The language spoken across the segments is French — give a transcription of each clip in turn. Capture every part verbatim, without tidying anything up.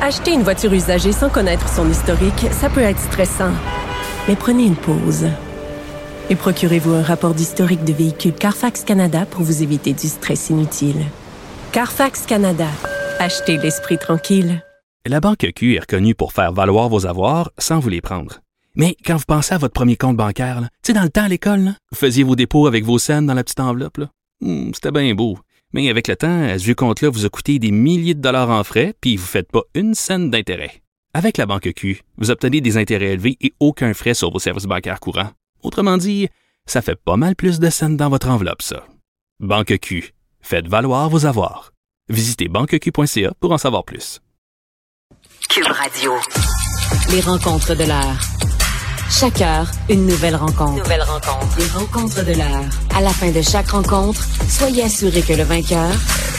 Acheter une voiture usagée sans connaître son historique, ça peut être stressant. Mais prenez une pause. Et procurez-vous un rapport d'historique de véhicule Carfax Canada pour vous éviter du stress inutile. Carfax Canada. Achetez l'esprit tranquille. La Banque Q est reconnue pour faire valoir vos avoirs sans vous les prendre. Mais quand vous pensez à votre premier compte bancaire, tu sais, dans le temps à l'école, là, vous faisiez vos dépôts avec vos scènes dans la petite enveloppe. Là. Hmm, c'était bien beau. Mais avec le temps, ce vieux compte-là vous a coûté des milliers de dollars en frais, puis vous ne faites pas une scène d'intérêt. Avec la Banque Q, vous obtenez des intérêts élevés et aucun frais sur vos services bancaires courants. Autrement dit, ça fait pas mal plus de scènes dans votre enveloppe, ça. Banque Q. Faites valoir vos avoirs. Visitez banque q point c a pour en savoir plus. Cube Radio. Les rencontres de l'heure. Chaque heure, une nouvelle rencontre. Nouvelle rencontre. Les rencontres de l'heure. À la fin de chaque rencontre, soyez assurés que le vainqueur,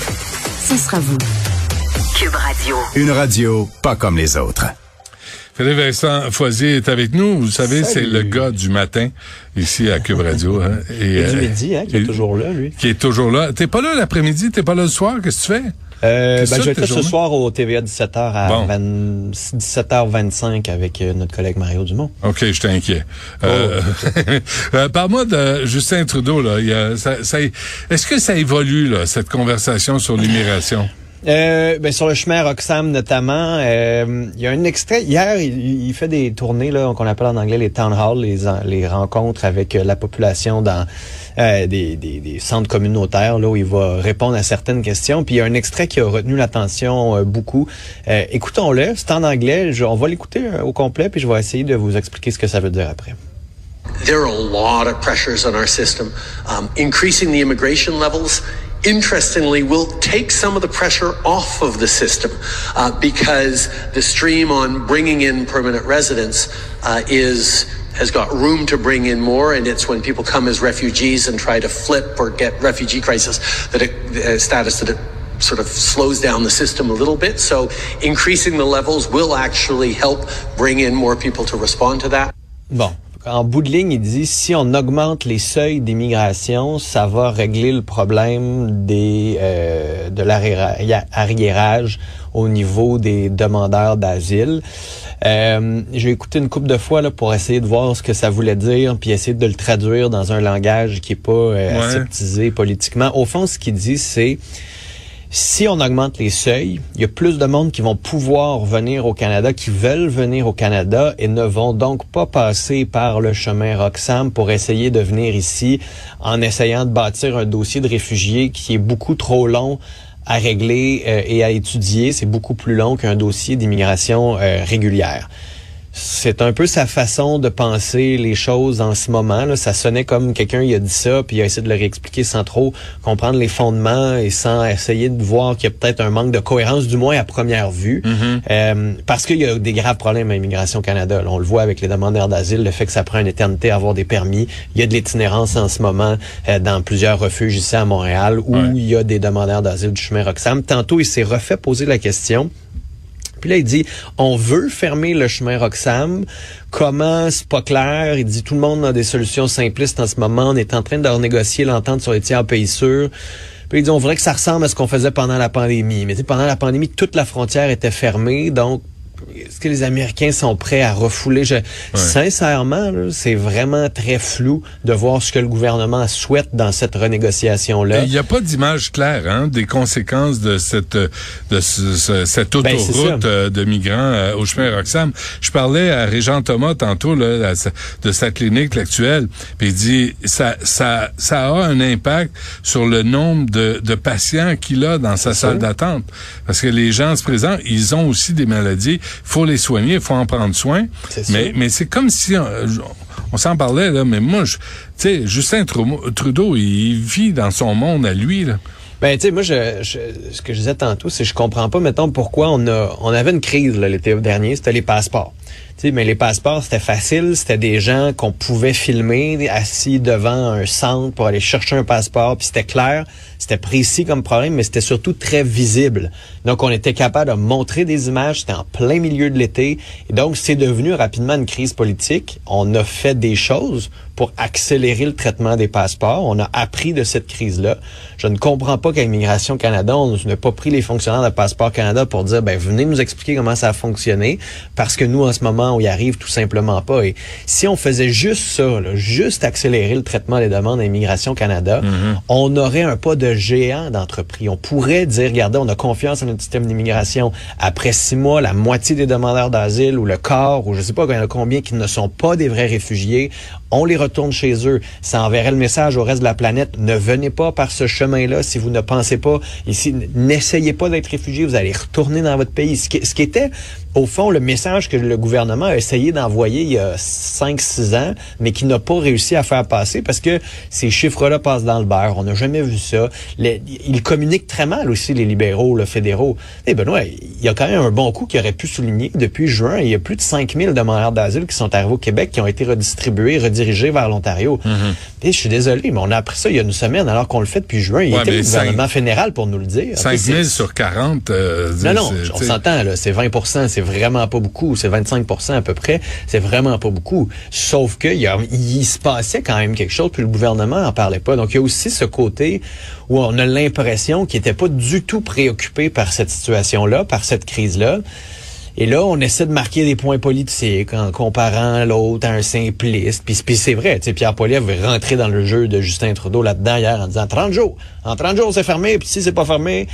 ce sera vous. Cube Radio. Une radio pas comme les autres. Philippe Vincent Foisier est avec nous. Vous savez, Salut. C'est le gars du matin ici à Cube Radio. Hein, et, et du euh, midi, hein, qui est et, toujours là, lui. Qui est toujours là. T'es pas là l'après-midi, t'es pas là le soir, qu'est-ce que tu fais? Euh, ben, ça, je vais être là ce journée? soir au T V A dix-sept heures à Bon. vingt, dix-sept heures vingt-cinq avec euh, notre collègue Mario Dumont. OK, je t'inquiète. Oh, Euh, euh, Parle-moi de Justin Trudeau. Là. Il y a, ça, ça, est-ce que ça évolue, là, cette conversation sur l'immigration? Euh, ben, sur le chemin Roxham notamment, euh, il y a un extrait. Hier, il, il fait des tournées là qu'on appelle en anglais les town halls, les, les rencontres avec euh, la population dans euh, des, des, des centres communautaires là où il va répondre à certaines questions. Puis il y a un extrait qui a retenu l'attention euh, beaucoup. Euh, écoutons-le, c'est en anglais. Je, on va l'écouter euh, au complet, puis je vais essayer de vous expliquer ce que ça veut dire après. There are a lot of pressures on our system. Um, increasing the immigration levels, interestingly, will take some of the pressure off of the system uh, because the stream on bringing in permanent residents uh, is has got room to bring in more, and it's when people come as refugees and try to flip or get refugee crisis that it, uh, status that it sort of slows down the system a little bit. So increasing the levels will actually help bring in more people to respond to that. Bon. En bout de ligne, il dit, si on augmente les seuils d'immigration, ça va régler le problème des euh, de l'arriérage au niveau des demandeurs d'asile. Euh, j'ai écouté une couple de fois là pour essayer de voir ce que ça voulait dire, puis essayer de le traduire dans un langage qui est pas euh, ouais. aseptisé politiquement. Au fond, ce qu'il dit, c'est si on augmente les seuils, il y a plus de monde qui vont pouvoir venir au Canada, qui veulent venir au Canada et ne vont donc pas passer par le chemin Roxham pour essayer de venir ici en essayant de bâtir un dossier de réfugiés qui est beaucoup trop long à régler euh, et à étudier. C'est beaucoup plus long qu'un dossier d'immigration euh, régulière. C'est un peu sa façon de penser les choses en ce moment. Là. Ça sonnait comme quelqu'un il a dit ça, puis il a essayé de le réexpliquer sans trop comprendre les fondements et sans essayer de voir qu'il y a peut-être un manque de cohérence, du moins à première vue. Mm-hmm. Euh, parce qu'il y a des graves problèmes à Immigration Canada. Là, on le voit avec les demandeurs d'asile, le fait que ça prend une éternité à avoir des permis. Il y a de l'itinérance en ce moment euh, dans plusieurs refuges ici à Montréal où ouais. il y a des demandeurs d'asile du chemin Roxham. Tantôt, il s'est refait poser la question. Puis là, il dit, on veut fermer le chemin Roxham. Comment? C'est pas clair. Il dit, tout le monde a des solutions simplistes en ce moment. On est en train de renégocier l'entente sur les tiers pays sûrs. Puis il dit, on voudrait que ça ressemble à ce qu'on faisait pendant la pandémie. Mais tu sais, pendant la pandémie, toute la frontière était fermée. Donc, est-ce que les Américains sont prêts à refouler? Je, ouais. Sincèrement, là, c'est vraiment très flou de voir ce que le gouvernement souhaite dans cette renégociation-là. Il n'y a pas d'image claire hein, des conséquences de cette de ce, ce, cette autoroute ben, de migrants euh, au chemin Roxham. Je parlais à Régent Thomas tantôt là, de sa clinique actuelle, puis il dit ça ça ça a un impact sur le nombre de, de patients qu'il a dans sa c'est salle sûr. d'attente. Parce que les gens se présentent, ils ont aussi des maladies. Il faut les soigner, il faut en prendre soin. C'est mais, mais c'est comme si on, on s'en parlait, là, mais moi, tu sais, Justin Trudeau, il vit dans son monde à lui, là. Ben, tu sais, moi, je, je, ce que je disais tantôt, c'est que je comprends pas, mettons, pourquoi on a, on avait une crise, là, l'été dernier, c'était les passeports. Tu sais, mais les passeports, c'était facile. C'était des gens qu'on pouvait filmer assis devant un centre pour aller chercher un passeport. Puis c'était clair, c'était précis comme problème, mais c'était surtout très visible. Donc, on était capable de montrer des images. C'était en plein milieu de l'été. Et donc, c'est devenu rapidement une crise politique. On a fait des choses pour accélérer le traitement des passeports. On a appris de cette crise-là. Je ne comprends pas qu'à Immigration Canada, on n'a pas pris les fonctionnaires de Passeport Canada pour dire, ben venez nous expliquer comment ça a fonctionné, parce que nous, en ce moment, on y arrive tout simplement pas. Et si on faisait juste ça, là, juste accélérer le traitement des demandes à Immigration Canada, mm-hmm. on aurait un pas de géant d'entreprise. On pourrait dire, regardez, on a confiance en notre système d'immigration. Après six mois, la moitié des demandeurs d'asile ou le quart, ou je sais pas combien qui ne sont pas des vrais réfugiés, on les retourne chez eux. Ça enverrait le message au reste de la planète. Ne venez pas par ce chemin-là si vous ne pensez pas ici. N'essayez pas d'être réfugié. Vous allez retourner dans votre pays. Ce qui, ce qui était, au fond, le message que le gouvernement a essayé d'envoyer il y a cinq six ans, mais qui n'a pas réussi à faire passer parce que ces chiffres-là passent dans le beurre. On n'a jamais vu ça. Les, ils communiquent très mal aussi, les libéraux, les fédéraux. Eh Benoît, il y a quand même un bon coup qui aurait pu souligner. Depuis juin, il y a plus de cinq mille demandeurs d'asile qui sont arrivés au Québec, qui ont été redistribués, redirigés vers l'Ontario. Mm-hmm. Et je suis désolé, mais on a appris ça il y a une semaine, alors qu'on le fait depuis juin. Il ouais, était le gouvernement cinq... fédéral pour nous le dire. cinq mille sur quarante. Euh, non, non, on s'entend, là. C'est vingt pour cent. C'est vraiment pas beaucoup. C'est vingt-cinq pour cent à peu près. C'est vraiment pas beaucoup. Sauf que il, y a, il se passait quand même quelque chose, puis le gouvernement en parlait pas. Donc, il y a aussi ce côté où on a l'impression qu'il était pas du tout préoccupé par cette situation-là, par cette crise-là. Et là, on essaie de marquer des points politiques en comparant l'autre à un simpliste. Puis, puis c'est vrai, tu sais, Pierre Poilievre veut rentrer dans le jeu de Justin Trudeau là-dedans hier en disant trente jours. En trente jours, c'est fermé, puis si c'est pas fermé,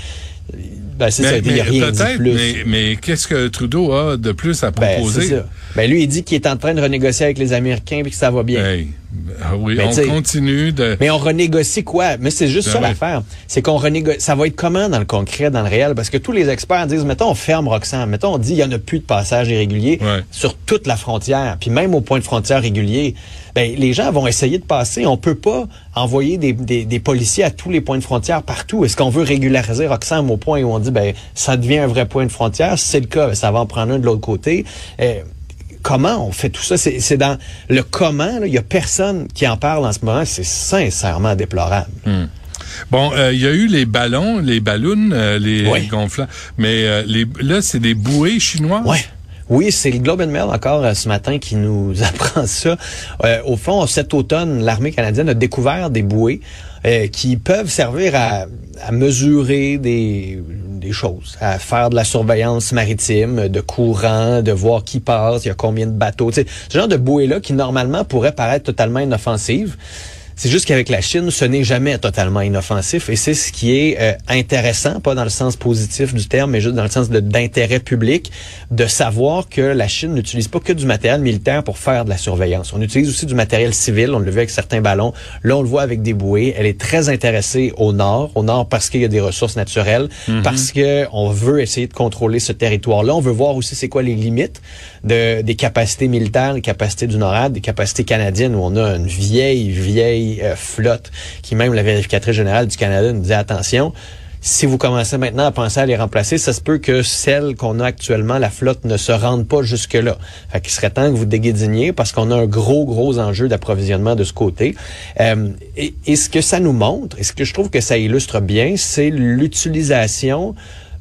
ben c'est mais, ça, il n'y a rien dit plus. Mais, mais qu'est-ce que Trudeau a de plus à proposer? Ben, c'est ça. Ben, lui, il dit qu'il est en train de renégocier avec les Américains puis que ça va bien. Hey. Ah oui, ben, on continue de... Mais on renégocie quoi? Mais c'est juste ben ça oui. l'affaire. C'est qu'on renégocie... Ça va être comment dans le concret, dans le réel? Parce que tous les experts disent, mettons, on ferme Roxham. Mettons, on dit, il n'y en a plus de passage irrégulier ouais. sur toute la frontière. Puis même au point de frontière régulier, ben, les gens vont essayer de passer. On peut pas envoyer des, des, des policiers à tous les points de frontière partout. Est-ce qu'on veut régulariser Roxham au point où on dit, ben, ça devient un vrai point de frontière? Si c'est le cas, ben, ça va en prendre un de l'autre côté. Euh, Comment on fait tout ça? C'est, c'est dans le comment, il y a personne qui en parle en ce moment. C'est sincèrement déplorable. Hum. Bon, il euh, y a eu les ballons, les ballons, euh, les oui. gonflants, mais euh, les, là, c'est des bouées chinoises? Oui. Oui, c'est le Globe and Mail encore euh, ce matin qui nous apprend ça. Euh, au fond, cet automne, l'armée canadienne a découvert des bouées euh, qui peuvent servir à, à mesurer des, des choses, à faire de la surveillance maritime, de courant, de voir qui passe, il y a combien de bateaux. Tu sais, ce genre de bouées-là qui normalement pourraient paraître totalement inoffensives. C'est juste qu'avec la Chine, ce n'est jamais totalement inoffensif et c'est ce qui est euh, intéressant, pas dans le sens positif du terme, mais juste dans le sens de, d'intérêt public, de savoir que la Chine n'utilise pas que du matériel militaire pour faire de la surveillance. On utilise aussi du matériel civil, on l'a vu avec certains ballons. Là, on le voit avec des bouées. Elle est très intéressée au nord, au nord parce qu'il y a des ressources naturelles, mm-hmm. parce que on veut essayer de contrôler ce territoire-là. On veut voir aussi c'est quoi les limites de des capacités militaires, les capacités du NORAD, des capacités canadiennes où on a une vieille, vieille Euh, flotte, qui même la vérificatrice générale du Canada nous disait attention, si vous commencez maintenant à penser à les remplacer, ça se peut que celle qu'on a actuellement, la flotte, ne se rende pas jusque-là. Fait qu'il serait temps que vous déguédiniez parce qu'on a un gros, gros enjeu d'approvisionnement de ce côté. Euh, et, et ce que ça nous montre, et ce que je trouve que ça illustre bien, c'est l'utilisation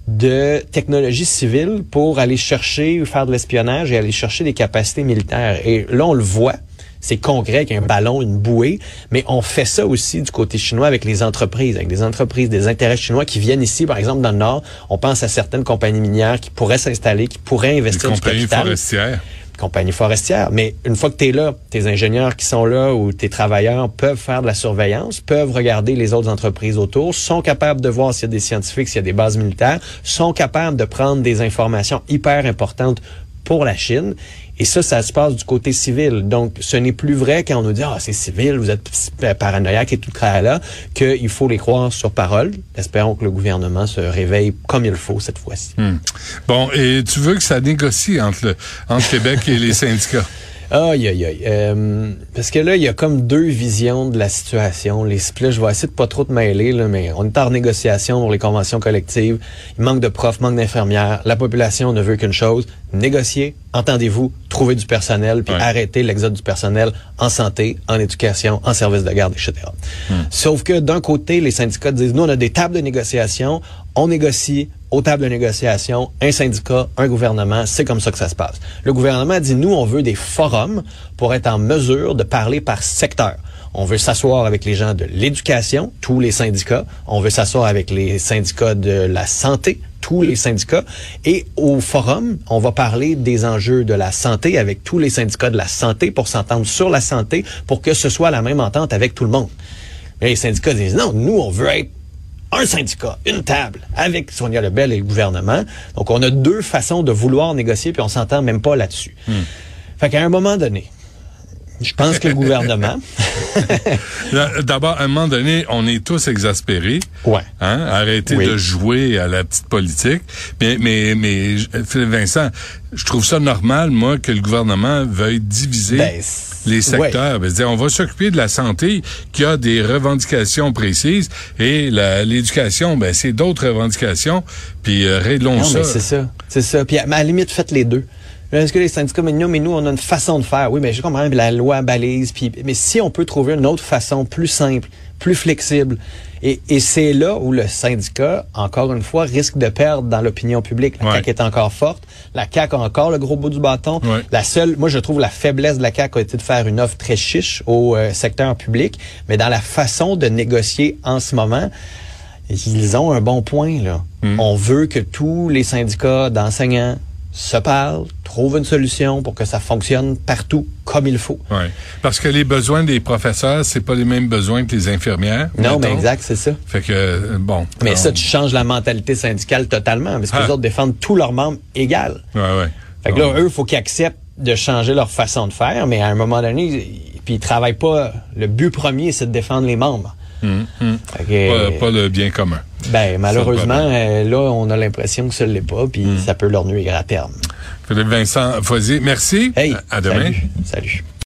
de technologies civiles pour aller chercher, faire de l'espionnage et aller chercher des capacités militaires. Et là, on le voit. C'est concret avec un ballon, une bouée, mais on fait ça aussi du côté chinois avec les entreprises, avec des entreprises, des intérêts chinois qui viennent ici, par exemple dans le Nord. On pense à certaines compagnies minières qui pourraient s'installer, qui pourraient investir du capital. Compagnies forestières. Compagnie forestière. Mais une fois que tu es là, tes ingénieurs qui sont là ou tes travailleurs peuvent faire de la surveillance, peuvent regarder les autres entreprises autour, sont capables de voir s'il y a des scientifiques, s'il y a des bases militaires, sont capables de prendre des informations hyper importantes pour la Chine. Et ça, ça se passe du côté civil. Donc, ce n'est plus vrai quand on nous dit « Ah, c'est civil, vous êtes paranoïaque et tout ça là », qu'il faut les croire sur parole. Espérons que le gouvernement se réveille comme il faut cette fois-ci. Hmm. Bon, et tu veux que ça négocie entre, le, entre Québec et les syndicats? Aïe, aïe, aïe. Euh, parce que là, il y a comme deux visions de la situation. Les splits, je vais essayer de pas trop te mêler, là, mais on est en négociation pour les conventions collectives. Il manque de profs, manque d'infirmières. La population ne veut qu'une chose, négocier, entendez-vous, trouver trouver du personnel, puis ouais. arrêter l'exode du personnel en santé, en éducation, en service de garde, et cetera. Hmm. Sauf que d'un côté, les syndicats disent, nous, on a des tables de négociation, on négocie aux tables de négociation, un syndicat, un gouvernement, c'est comme ça que ça se passe. Le gouvernement dit, nous, on veut des forums pour être en mesure de parler par secteur. On veut s'asseoir avec les gens de l'éducation, tous les syndicats. On veut s'asseoir avec les syndicats de la santé, tous les syndicats. Et au forum, on va parler des enjeux de la santé avec tous les syndicats de la santé pour s'entendre sur la santé, pour que ce soit la même entente avec tout le monde. Mais les syndicats disent, non, nous, on veut être un syndicat, une table, avec Sonia Lebel et le gouvernement. Donc, on a deux façons de vouloir négocier, puis on s'entend même pas là-dessus. Hmm. Fait qu'à un moment donné, je pense que le gouvernement... D'abord, à un moment donné, on est tous exaspérés. Ouais. Hein? Arrêtez oui. de jouer à la petite politique. Mais, mais, mais, Philippe Vincent, je trouve ça normal, moi, que le gouvernement veuille diviser ben, les secteurs. Ouais. Ben, on va s'occuper de la santé, qui a des revendications précises, et la, l'éducation, ben, c'est d'autres revendications. Puis euh, réglons non, ça. Mais c'est ça. C'est ça. Puis à la limite, faites les deux. Est-ce que les syndicats, mais non, mais nous, on a une façon de faire. Oui, mais je comprends, la loi balise. Puis, mais si on peut trouver une autre façon plus simple, plus flexible, et, et c'est là où le syndicat, encore une fois, risque de perdre dans l'opinion publique. La ouais. C A Q est encore forte. La C A Q a encore le gros bout du bâton. Ouais. La seule, moi, je trouve la faiblesse de la C A Q a été de faire une offre très chiche au euh, secteur public, mais dans la façon de négocier en ce moment, ils ont un bon point, là. Mm. On veut que tous les syndicats d'enseignants se parlent, trouvent une solution pour que ça fonctionne partout comme il faut. Oui, parce que les besoins des professeurs, c'est pas les mêmes besoins que les infirmières. Non, mettons. Mais exact, c'est ça. Fait que, bon. Mais on... ça, tu changes la mentalité syndicale totalement, parce que ah. les autres défendent tous leurs membres égal. Oui, oui. Fait que là, eux, il faut qu'ils acceptent de changer leur façon de faire, mais à un moment donné, puis ils travaillent pas... Le but premier, c'est de défendre les membres. Mmh, mmh. Que, pas, pas le bien commun. Ben malheureusement, euh, là, on a l'impression que ça ne l'est pas, puis mmh. ça peut leur nuire à terme. Philippe Vincent Foisy, merci. Hey, à demain. Salut. Salut.